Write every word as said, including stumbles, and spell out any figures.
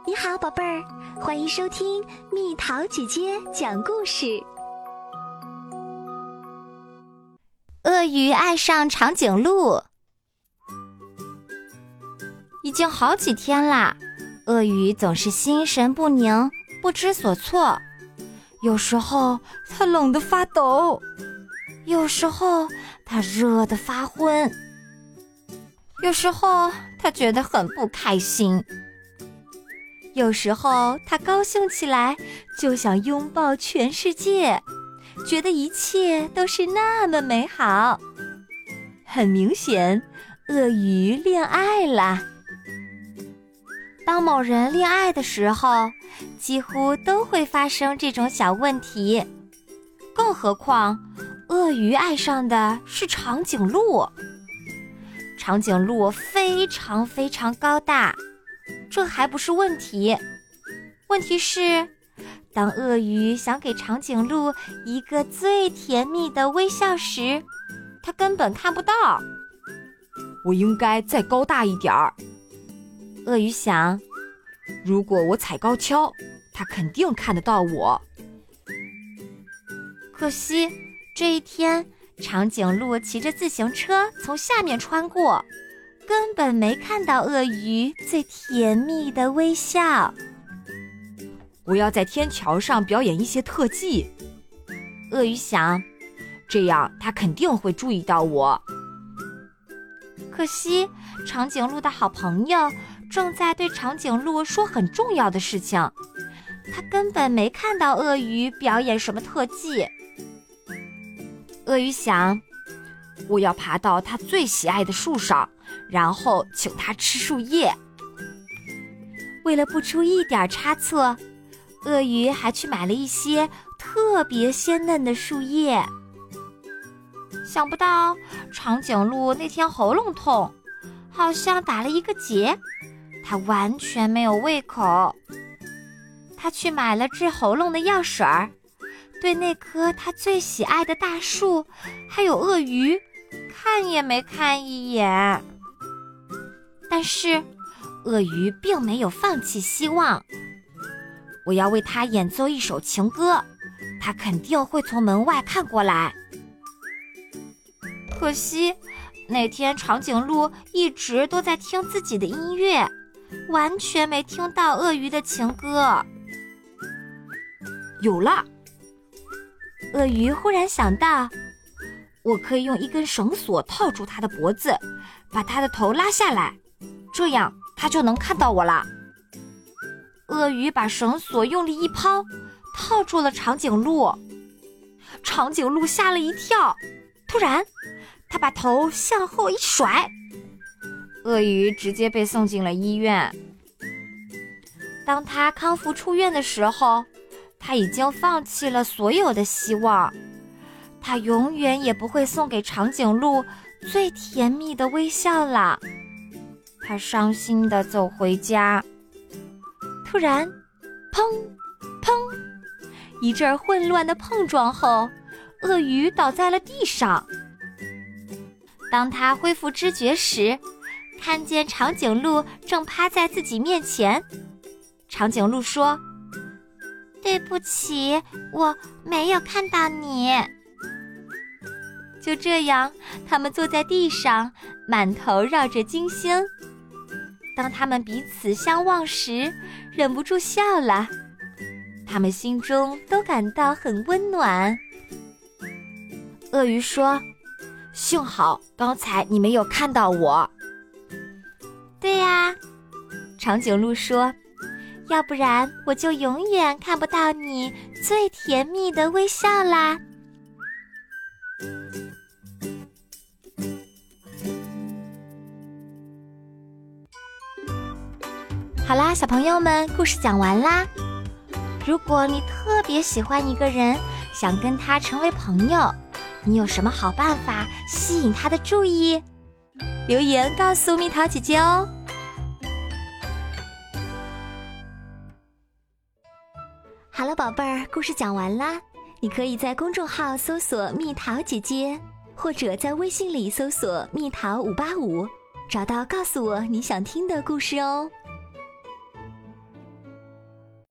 你好，宝贝儿，欢迎收听蜜桃姐姐讲故事。 鳄鱼爱上长颈鹿。已经好几天啦，鳄鱼总是心神不宁，不知所措。有时候它冷得发抖，有时候它热得发昏，有时候它觉得很不开心。有时候他高兴起来，就想拥抱全世界，觉得一切都是那么美好。很明显，鳄鱼恋爱啦。当某人恋爱的时候，几乎都会发生这种小问题。更何况，鳄鱼爱上的是长颈鹿。长颈鹿非常非常高大。这还不是问题，问题是，当鳄鱼想给长颈鹿一个最甜蜜的微笑时，它根本看不到。 我应该再高大一点儿。 鳄鱼想， 如果我踩高跷，它肯定看得到我。 可惜，这一天，长颈鹿骑着自行车从下面穿过，根本没看到鳄鱼最甜蜜的微笑。 我要在天桥上表演一些特技， 鳄鱼想， 这样它肯定会注意到我。 可惜，长颈鹿的好朋友正在对长颈鹿说很重要的事情，他根本没看到鳄鱼表演什么特技。鳄鱼想， 我要爬到它最喜爱的树上，然后请它吃树叶。 为了不出一点差错，鳄鱼还去买了一些特别鲜嫩的树叶。想不到长颈鹿那天喉咙痛，好像打了一个结，它完全没有胃口。它去买了治喉咙的药水儿，对那棵它最喜爱的大树还有鳄鱼看也没看一眼。但是鳄鱼并没有放弃希望，我要为它演奏一首情歌，它肯定会从门外看过来。可惜那天长颈鹿一直都在听自己的音乐，完全没听到鳄鱼的情歌。 有了！ 鳄鱼忽然想到，我可以用一根绳索套住它的脖子，把它的头拉下来，这样它就能看到我了。鳄鱼把绳索用力一抛，套住了长颈鹿。长颈鹿吓了一跳，突然它把头向后一甩，鳄鱼直接被送进了医院。当它康复出院的时候，它已经放弃了所有的希望，它永远也不会送给长颈鹿最甜蜜的微笑了。它伤心地走回家。突然，砰砰，一阵混乱的碰撞后，鳄鱼倒在了地上。当它恢复知觉时，看见长颈鹿正趴在自己面前。长颈鹿说，对不起，我没有看到你。就这样，他们坐在地上，满头绕着金星。当他们彼此相望时，忍不住笑了。他们心中都感到很温暖。鳄鱼说， 幸好刚才你没有看到我。 对呀，长颈鹿说，要不然我就永远看不到你最甜蜜的微笑啦。好啦，小朋友们，故事讲完啦。如果你特别喜欢一个人，想跟他成为朋友，你有什么好办法吸引他的注意？留言告诉蜜桃姐姐哦。 好了，宝贝儿，故事讲完啦。你可以在公众号搜索蜜桃姐姐，或者在微信里搜索蜜桃五八五，找到告诉我你想听的故事哦。